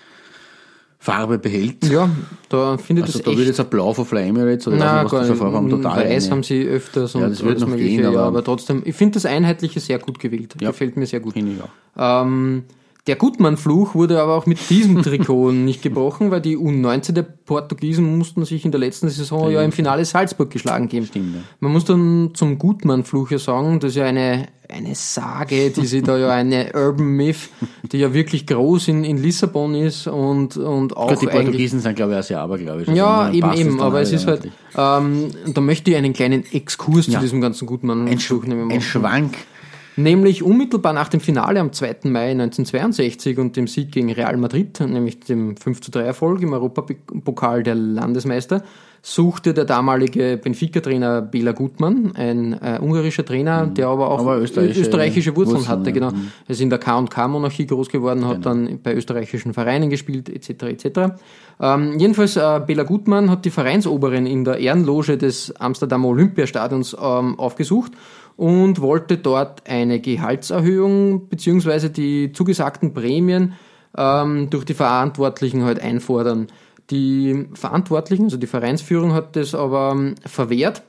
Farbe behält. Ja, da findet also es da echt... würde jetzt ein Blau von Fly Emirates oder Nein, was, was das Farbe haben, total Weiß eine, haben sie öfters und ja, das wird alles noch mögliche, gehen, aber, ja, aber trotzdem, ich finde das Einheitliche sehr gut gewählt. Ja, Gefällt mir sehr gut. finde ich auch. Ähm, der Gutmann-Fluch wurde aber auch mit diesem Trikot nicht gebrochen, weil die U neunzehn der Portugiesen mussten sich in der letzten Saison ja im Finale Salzburg geschlagen geben. Stimmt, ja. Man muss dann zum Gutmann-Fluch ja sagen, das ist ja eine, eine Sage, die sie da ja eine Urban Myth, die ja wirklich groß in, in Lissabon ist und, und auch Gut, die eigentlich... Portugiesen sind, glaube ich, auch sehr abergläubisch. Ja, also, eben, eben, aber es ist halt, eigentlich. ähm, da möchte ich einen kleinen Exkurs Ja. zu diesem ganzen Gutmann-Fluch nehmen. Ein Schwank. Nämlich unmittelbar nach dem Finale am zweiten Mai neunzehnhundertzweiundsechzig und dem Sieg gegen Real Madrid, nämlich dem fünf zu drei Erfolg im Europapokal der Landesmeister, suchte der damalige Benfica-Trainer Bela Gutmann, ein äh, ungarischer Trainer, der aber auch Aber österreichische österreichische Wurzeln, Wurzeln, hatte. ja. Genau. Er ist in der K und K-Monarchie groß geworden, hat dann bei österreichischen Vereinen gespielt, et cetera et cetera. Ähm, jedenfalls, äh, Bela Gutmann hat die Vereinsoberin in der Ehrenloge des Amsterdamer Olympiastadions ähm, aufgesucht und wollte dort eine Gehaltserhöhung beziehungsweise die zugesagten Prämien ähm, durch die Verantwortlichen halt einfordern. Die Verantwortlichen, also die Vereinsführung, hat das aber ähm, verwehrt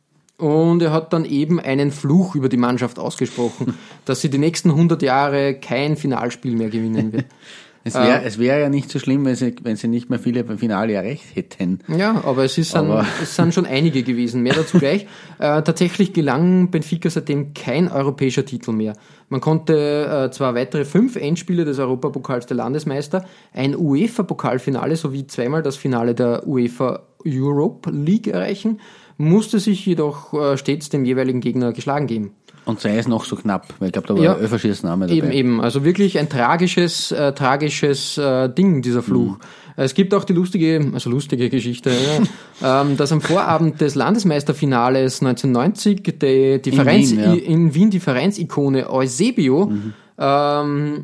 und er hat dann eben einen Fluch über die Mannschaft ausgesprochen, dass sie die nächsten hundert Jahre kein Finalspiel mehr gewinnen wird. Es wäre es wär ja nicht so schlimm, wenn sie, wenn sie nicht mehr viele beim Finale erreicht hätten. Ja, aber es, ist dann, Aber- es sind schon einige gewesen. Mehr dazu gleich. Äh, tatsächlich gelang Benfica seitdem kein europäischer Titel mehr. Man konnte äh, zwar weitere fünf Endspiele des Europapokals der Landesmeister, ein UEFA-Pokalfinale sowie zweimal das Finale der UEFA Europe League erreichen, musste sich jedoch äh, stets dem jeweiligen Gegner geschlagen geben. Und sei es noch so knapp, weil ich glaube, da war Ja. ein Öfferschiss-Name dabei. Eben, eben. Also wirklich ein tragisches, äh, tragisches äh, Ding, dieser Fluch. Mhm. Es gibt auch die lustige, also lustige Geschichte, ja, ähm, dass am Vorabend des Landesmeisterfinales neunzehnhundertneunzig die, die In Vereins, Wien, ja. in Wien die Vereinsikone Eusebio Mhm. ähm,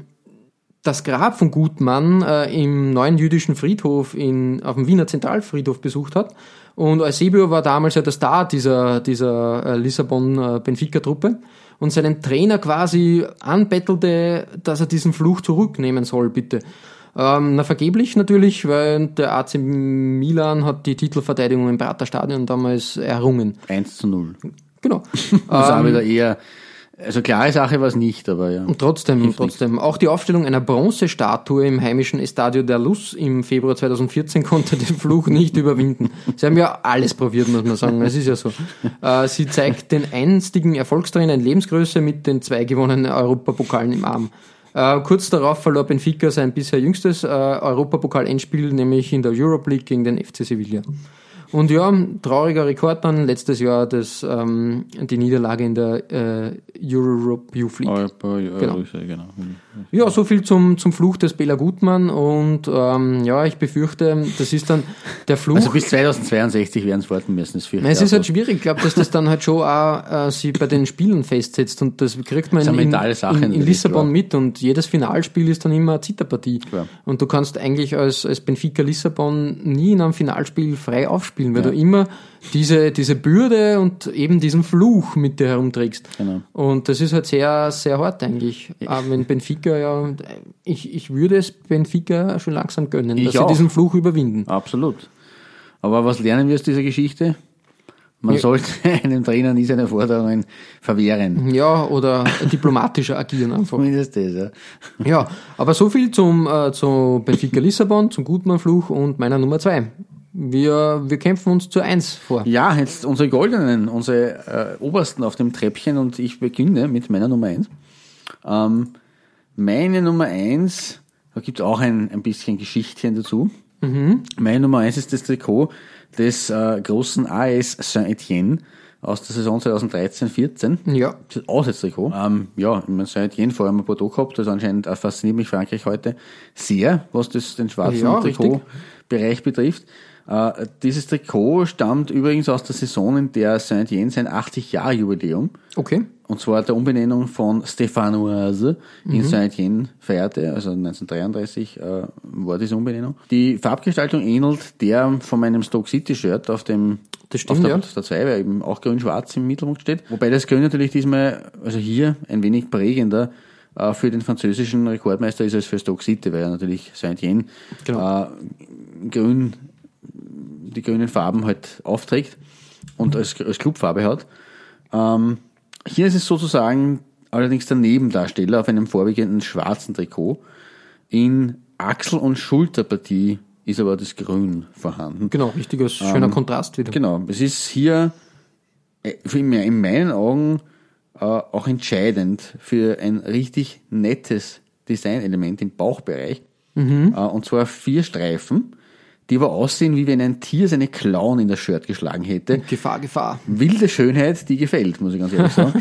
das Grab von Gutmann äh, im neuen jüdischen Friedhof in, auf dem Wiener Zentralfriedhof besucht hat. Und Eusebio war damals ja der Star dieser, dieser äh, Lissabon-Benfica-Truppe und seinen Trainer quasi anbettelte, dass er diesen Fluch zurücknehmen soll, bitte. Ähm, na, vergeblich natürlich, weil der A C Milan hat die Titelverteidigung im Praterstadion damals errungen. eins zu null. Genau. Das ist auch Ähm, wieder eher, also klare Sache war es nicht, aber ja. Und trotzdem, trotzdem. Auch die Aufstellung einer Bronzestatue im heimischen Estadio der Luz im Februar zweitausendvierzehn konnte den Fluch nicht überwinden. Sie haben ja alles probiert, muss man sagen. Es ist ja so. Äh, sie zeigt den einstigen Erfolgstrainer in Lebensgröße mit den zwei gewonnenen Europapokalen im Arm. Äh, kurz darauf verlor Benfica sein bisher jüngstes äh, Europapokal-Endspiel, nämlich in der Europe League gegen den F C Sevilla. Und ja, trauriger Rekord dann, letztes Jahr das, ähm, die Niederlage in der äh, Europe Youth League. Europa, ja, Genau. genau. Ja, so viel zum, zum Fluch des Bela Gutmann und ähm, ja, ich befürchte, das ist dann der Fluch. Also bis zweitausendzweiundsechzig werden es warten müssen, das fürchte Nein, es ich ist auch. halt schwierig. Ich glaube, dass das dann halt schon auch äh, sie bei den Spielen festsetzt und das kriegt man Das ist in, eine in, mentale Sache in, in natürlich, Lissabon klar. mit und jedes Finalspiel ist dann immer eine Zitterpartie. Klar. Und du kannst eigentlich als, als Benfica Lissabon nie in einem Finalspiel frei aufspielen, weil Ja. du immer diese, diese Bürde und eben diesen Fluch mit dir herumträgst. Genau. Und das ist halt sehr, sehr hart eigentlich. Aber wenn Benfica ja, ich, ich würde es Benfica schon langsam gönnen, Ich dass auch. sie diesen Fluch überwinden. Absolut. Aber was lernen wir aus dieser Geschichte? Man Ja. sollte einem Trainer nie seine Forderungen verwehren. Ja, oder diplomatischer agieren einfach. Zumindest das, ja. Ja, aber so viel zum, äh, zu Benfica Lissabon, zum Gutmann-Fluch und meiner Nummer zwei. Wir, wir kämpfen uns zur Eins vor. Ja, jetzt unsere Goldenen, unsere äh, Obersten auf dem Treppchen und ich beginne mit meiner Nummer eins. Ähm, meine Nummer eins, da gibt es auch ein, ein bisschen Geschichtchen dazu. Meine Nummer eins ist das Trikot des äh, großen A S Saint-Etienne, aus der Saison zweitausenddreizehn vierzehn. Ja. Das Auswärtstrikot. Ähm, ja, ich meine, seit jeden vor allem ein Bordeaux gehabt, also anscheinend äh, fasziniert mich Frankreich heute sehr, was das den schwarzen Ja, Trikotbereich betrifft. Äh, dieses Trikot stammt übrigens aus der Saison, in der Saint-Étienne sein achtzig-Jahr-Jubiläum, Okay. und zwar der Umbenennung von Stéphanoise in Mhm. Saint-Étienne feierte, also neunzehnhundertdreiunddreißig äh, war diese Umbenennung. Die Farbgestaltung ähnelt der von meinem Stoke City-Shirt auf dem Das stimmt, auf der, ja. auf der zwei, weil eben auch grün-schwarz im Mittelpunkt steht. Wobei das Grün natürlich diesmal, also hier ein wenig prägender äh, für den französischen Rekordmeister ist als für Stoke City, weil er natürlich Saint-Étienne Genau. äh, grün, die grünen Farben halt aufträgt und als, als Clubfarbe hat. Ähm, hier ist es sozusagen allerdings der Nebendarsteller auf einem vorwiegenden schwarzen Trikot. In Achsel- und Schulterpartie ist aber das Grün vorhanden. Genau, richtiger, schöner Kontrast wieder. Genau, es ist hier äh, für mich in meinen Augen äh, auch entscheidend für ein richtig nettes Designelement im Bauchbereich. Mhm. Äh, und zwar vier Streifen, die aber aussehen, wie wenn ein Tier seine Klauen in das Shirt geschlagen hätte. Gefahr, Gefahr. Wilde Schönheit, die gefällt, muss ich ganz ehrlich sagen.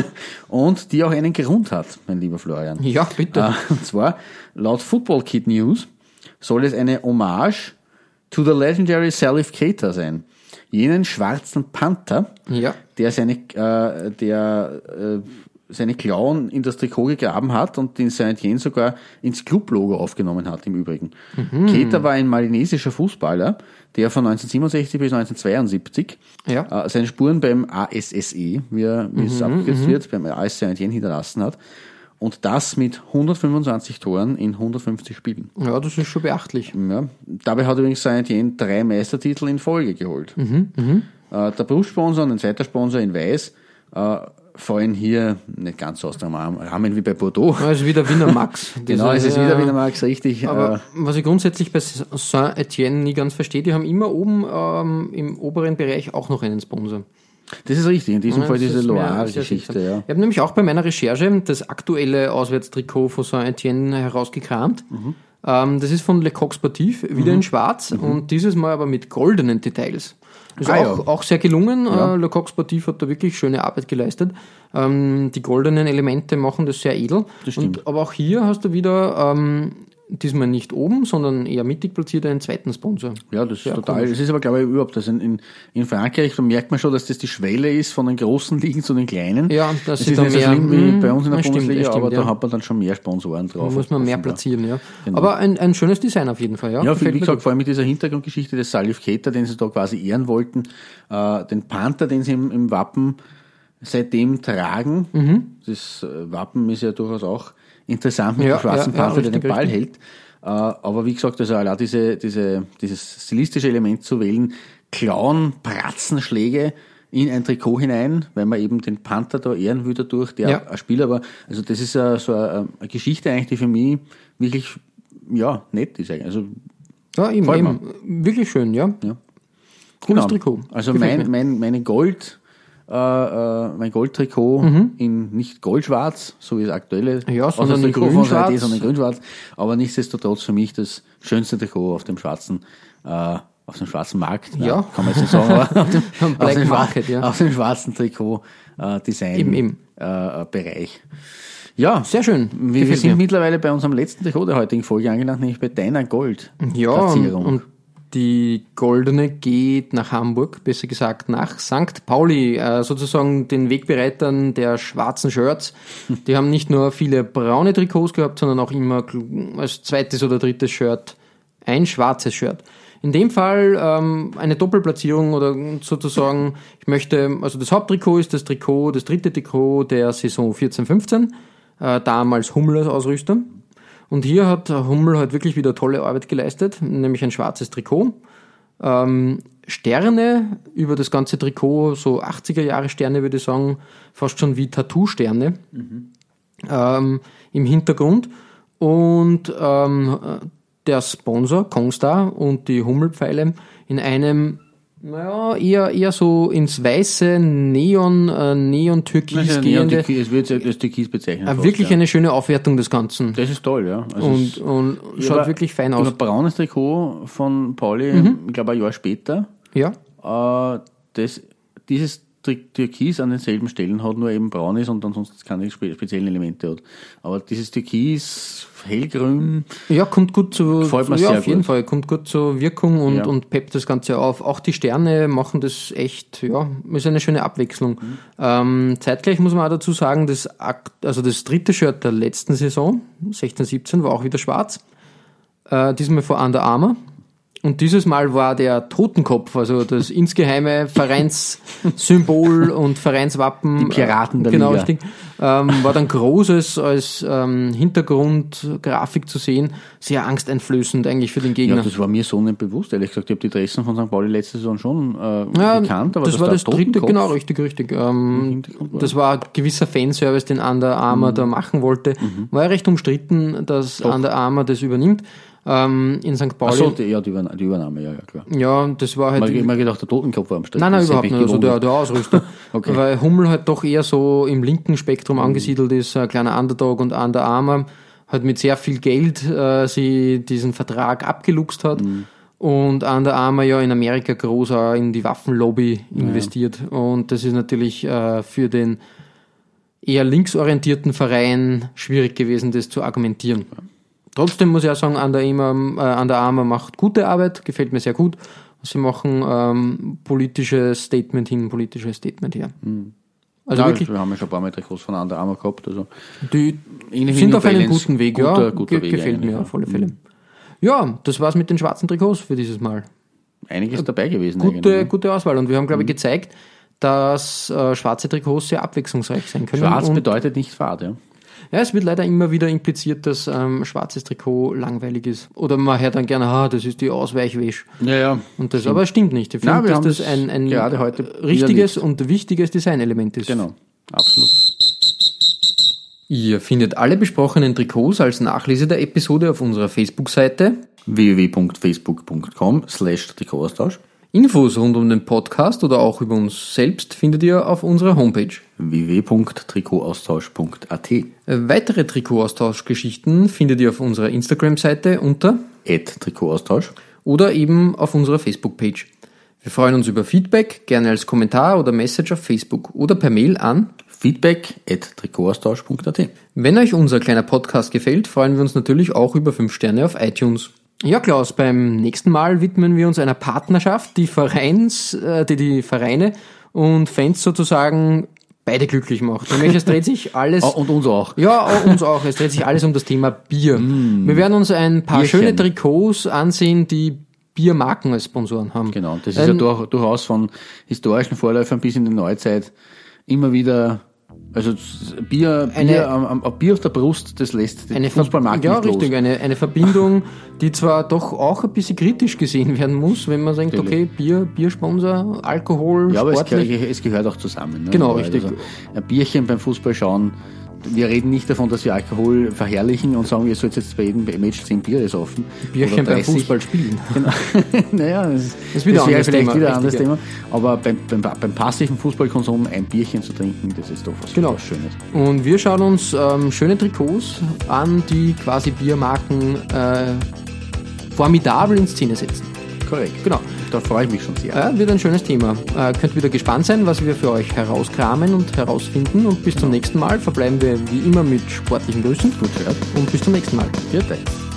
Und die auch einen Grund hat, mein lieber Florian. Ja, bitte. Äh, und zwar, laut Football Kit News soll es eine Hommage to the legendary Salif Keita sein. Jenen schwarzen Panther, Ja. der seine, äh, der, äh, seine Klauen in das Trikot gegraben hat und den Saint-Étienne sogar ins Clublogo aufgenommen hat, im Übrigen. Mhm. Keita war ein malinesischer Fußballer, der von neunzehnhundertsiebenundsechzig bis neunzehnhundertzweiundsiebzig Ja. äh, seine Spuren beim A S S E, wie, er, wie es abgekürzt wird, beim A S Saint-Étienne hinterlassen hat. Und das mit hundertfünfundzwanzig Toren in hundertfünfzig Spielen. Ja, das ist schon beachtlich. Ja. Dabei hat übrigens Saint-Étienne drei Meistertitel in Folge geholt. Mhm, Äh, der Brustsponsor und ein zweiter Sponsor in Weiß äh, fallen hier nicht ganz aus dem Rahmen wie bei Bordeaux. Also wieder Wiener Max. Genau, es ist Diese, wieder äh, Wiener Max, richtig. Aber äh, was ich grundsätzlich bei Saint-Étienne nie ganz verstehe, die haben immer oben ähm, im oberen Bereich auch noch einen Sponsor. das ist richtig, in diesem Ja, Fall das diese ist mir sehr Loire-Geschichte. seltsam. Ja. Ich habe nämlich auch bei meiner Recherche das aktuelle Auswärtstrikot von Saint-Étienne herausgekramt. Mhm. Ähm, das ist von Le Coq Sportif, wieder in schwarz und dieses Mal aber mit goldenen Details. Das ist Ah, auch, ja. auch sehr gelungen. Ja. Äh, Le Coq Sportif hat da wirklich schöne Arbeit geleistet. Ähm, die goldenen Elemente machen das sehr edel. Das stimmt. Und, aber auch hier hast du wieder ähm, diesmal nicht oben, sondern eher mittig platziert einen zweiten Sponsor. Ja, das ist Sehr total. komisch. Das ist aber, glaube ich, überhaupt, also in, in, in Frankreich, da merkt man schon, dass das die Schwelle ist von den großen Ligen zu den kleinen. Ja, das das sind ist da nicht so mehr- schlimm wie Mhm, bei uns in der das stimmt, Bundesliga, das stimmt, aber ja. da hat man dann schon mehr Sponsoren drauf. Da muss man mehr offenbar. platzieren, ja. Genau. Aber ein, ein schönes Design auf jeden Fall, ja. Ja, Gefällt wie mir gesagt, gut. vor allem mit dieser Hintergrundgeschichte des Salif Keita, den sie da quasi ehren wollten, äh, den Panther, den sie im, im Wappen seitdem tragen. Mhm. Das äh, Wappen ist ja durchaus auch interessant mit Ja, dem schwarzen ja, ja, Panther, der den richtig, Ball richtig. hält. Äh, aber wie gesagt, also allein diese, diese, dieses stilistische Element zu wählen, Klauen, Pratzenschläge in ein Trikot hinein, weil man eben den Panther da ehren will dadurch, der Ja. ein Spieler war. Also das ist äh, so eine, eine Geschichte eigentlich, die für mich wirklich, ja, nett ist eigentlich. Also Ja, eben, Gefällt eben. Wirklich schön, ja. ja. Cooles Trikot. Also Gefällt mein, mir. mein, meine Gold, äh, äh, mein Goldtrikot in nicht goldschwarz, so wie das aktuelle Mhm. Ja, sondern aus dem in Trikot von grün-schwarz. Saint-Étienne, sondern grün-schwarz, aber nichtsdestotrotz für mich das schönste Trikot auf dem schwarzen, äh, auf dem schwarzen Markt. Ja. Kann man jetzt nicht sagen, aber auf dem, Am Black auf dem, Market, schwa- ja. auf dem schwarzen Trikot äh, Design Eben, eben. Äh, Bereich. Ja, Sehr schön. wir, wir Gefällt sind mir. mittlerweile bei unserem letzten Trikot der heutigen Folge angelangt, nämlich bei deiner Ja, und, Goldplatzierung. und die goldene geht nach Hamburg, besser gesagt nach Sankt Pauli, äh, sozusagen den Wegbereitern der schwarzen Shirts. Die haben nicht nur viele braune Trikots gehabt, sondern auch immer als zweites oder drittes Shirt ein schwarzes Shirt. In dem Fall ähm, eine Doppelplatzierung oder sozusagen, ich möchte, also das Haupttrikot ist das Trikot, das dritte Trikot der Saison vierzehn fünfzehn, äh, damals Hummel als Ausrüster. Und hier hat Hummel halt wirklich wieder tolle Arbeit geleistet, nämlich ein schwarzes Trikot. Ähm, Sterne über das ganze Trikot, so achtziger Jahre Sterne würde ich sagen, fast schon wie Tattoo-Sterne ähm, im Hintergrund. Und ähm, der Sponsor, Kongstar und die Hummelpfeile in einem, naja, eher, eher so ins weiße Neon, äh, Neon-Türkis gehende. Es wird als Türkis bezeichnet. Äh, fast, wirklich ja. eine schöne Aufwertung des Ganzen. Das ist toll, ja. Also Und, es- und Ich schaut habe- wirklich fein ich aus. habe ein braunes Trikot von Pauli, Mhm. ich glaube ein Jahr später. Ja, Äh, das, dieses Türkis an denselben Stellen hat, nur eben braun ist und ansonsten keine speziellen Elemente hat. Aber dieses Türkis, hellgrün... Ja, kommt gut zu... Gefällt mir ja, sehr auf jeden gut. Fall. Kommt gut zur Wirkung und, Ja. und peppt das Ganze auf. Auch die Sterne machen das echt, ja, ist eine schöne Abwechslung. Mhm. Ähm, zeitgleich muss man auch dazu sagen, das, Akt, also das dritte Shirt der letzten Saison, sechzehn siebzehn, war auch wieder schwarz. Äh, diesmal vor Under Armour. Und dieses Mal war der Totenkopf, also das insgeheime Vereinssymbol und Vereinswappen. Die Piraten der genau, Liga. Richtig, ähm, war dann großes als ähm, Hintergrundgrafik zu sehen. Sehr angsteinflößend eigentlich für den Gegner. Ja, das war mir so nicht bewusst. Ehrlich gesagt, ich habe die Dressen von Sankt Pauli letzte Saison schon äh, Ja, gekannt, aber das, das war da das dritte, Totenkopf- genau, richtig, richtig. Ähm, Hintergrund war. das war ein gewisser Fanservice, den Under Armour Mhm. da machen wollte. War ja recht umstritten, dass Doch. Under Armour das übernimmt. Ähm, in Sankt Pauli. Achso, ja, die Übernahme, die Übernahme, ja, ja, klar. Ja, das war halt... Man hat immer gedacht, der Totenkopf war am Start. Nein, nein, Das überhaupt hätte nicht. ich Also der, gewundert. der Ausrüster. Okay. Weil Hummel halt doch eher so im linken Spektrum Mhm. angesiedelt ist, ein kleiner Underdog und Under Armour, halt mit sehr viel Geld äh, sie diesen Vertrag abgeluchst hat. Mhm. Und Under Armour ja in Amerika groß auch in die Waffenlobby investiert. Und das ist natürlich äh, für den eher linksorientierten Verein schwierig gewesen, das zu argumentieren. Trotzdem muss ich auch sagen, Under Armour, äh, Under Armour macht gute Arbeit, gefällt mir sehr gut. Sie machen ähm, politisches Statement hin, politisches Statement her. Also Ja, wirklich, wir haben ja schon ein paar Mal Trikots von Under Armour gehabt. Also die in sind New auf einem Balance, guten Weg, guter, ja. guter Ge- Weg gefällt eigentlich, mir ja. auf alle Fälle. Ja, das war's mit den schwarzen Trikots für dieses Mal. einiges dabei gewesen. Gute, eigentlich. gute Auswahl. Und wir haben, glaube ich, gezeigt, dass äh, schwarze Trikots sehr abwechslungsreich sein können. Schwarz und, bedeutet nicht fad, ja. ja, es wird leider immer wieder impliziert, dass ähm, schwarzes Trikot langweilig ist. Oder man hört dann gerne, ah, das ist die Ausweichwäsche. Ja, ja. Und das aber stimmt nicht. Ich Nein, finde, wir dass haben das das ein, ein gerade heute richtiges widerlegt. und wichtiges Designelement ist. Genau, absolut. Ihr findet alle besprochenen Trikots als Nachlese der Episode auf unserer Facebook-Seite. w w w punkt facebook punkt com slash Trikotaustausch. Infos rund um den Podcast oder auch über uns selbst findet ihr auf unserer Homepage. w w w punkt trikotaustausch punkt a t. Weitere Trikotaustauschgeschichten findet ihr auf unserer Instagram-Seite unter at Trikotaustausch. oder eben auf unserer Facebook-Page. Wir freuen uns über Feedback, gerne als Kommentar oder Message auf Facebook oder per Mail an. Feedback at Trikotaustausch punkt a t. Wenn euch unser kleiner Podcast gefällt, freuen wir uns natürlich auch über fünf Sterne auf iTunes. Ja, Klaus, beim nächsten Mal widmen wir uns einer Partnerschaft, die Vereins, äh, die die Vereine und Fans sozusagen beide glücklich macht. Nämlich es dreht sich alles... Oh, und uns auch. Ja, auch uns auch. Es dreht sich alles um das Thema Bier. Wir werden uns ein paar Bierchen. schöne Trikots ansehen, die Biermarken als Sponsoren haben. Genau, das ist Ähm, ja durch, durchaus von historischen Vorläufern bis in die Neuzeit immer wieder, also Bier, Eine- Bier, am, am, Bier auf der Brust, das lässt die Eine Ver- Fußballmarke ja, nicht los. richtig, eine, eine Verbindung, die zwar doch auch ein bisschen kritisch gesehen werden muss, wenn man denkt, Natürlich. okay, Bier, Biersponsor, Alkohol, Ja, aber es sportlich. gehört, es gehört auch zusammen. Ne? Genau, Weil richtig. Also ein Bierchen beim Fußball schauen. Wir reden nicht davon, dass wir Alkohol verherrlichen und sagen, ihr sollt jetzt bei jedem Match zehn Bier saufen. Bierchen Oder beim dreißig. Fußball spielen. Genau. naja, das, Das ist wieder das ein wäre anderes vielleicht Thema, wieder ein anderes richtig, Thema. Aber beim, beim, beim passiven Fußballkonsum ein Bierchen zu trinken, das ist doch was, Genau. was Schönes. Und wir schauen uns ähm, schöne Trikots an, die quasi Biermarken äh, formidabel in Szene setzen. Korrekt. Genau. Da freue ich mich schon sehr. Äh, wird ein schönes Thema. Äh, könnt wieder gespannt sein, was wir für euch herauskramen und herausfinden. Und bis zum nächsten Mal verbleiben wir wie immer mit sportlichen Grüßen. Gut gehört. Und bis zum nächsten Mal. Vierte.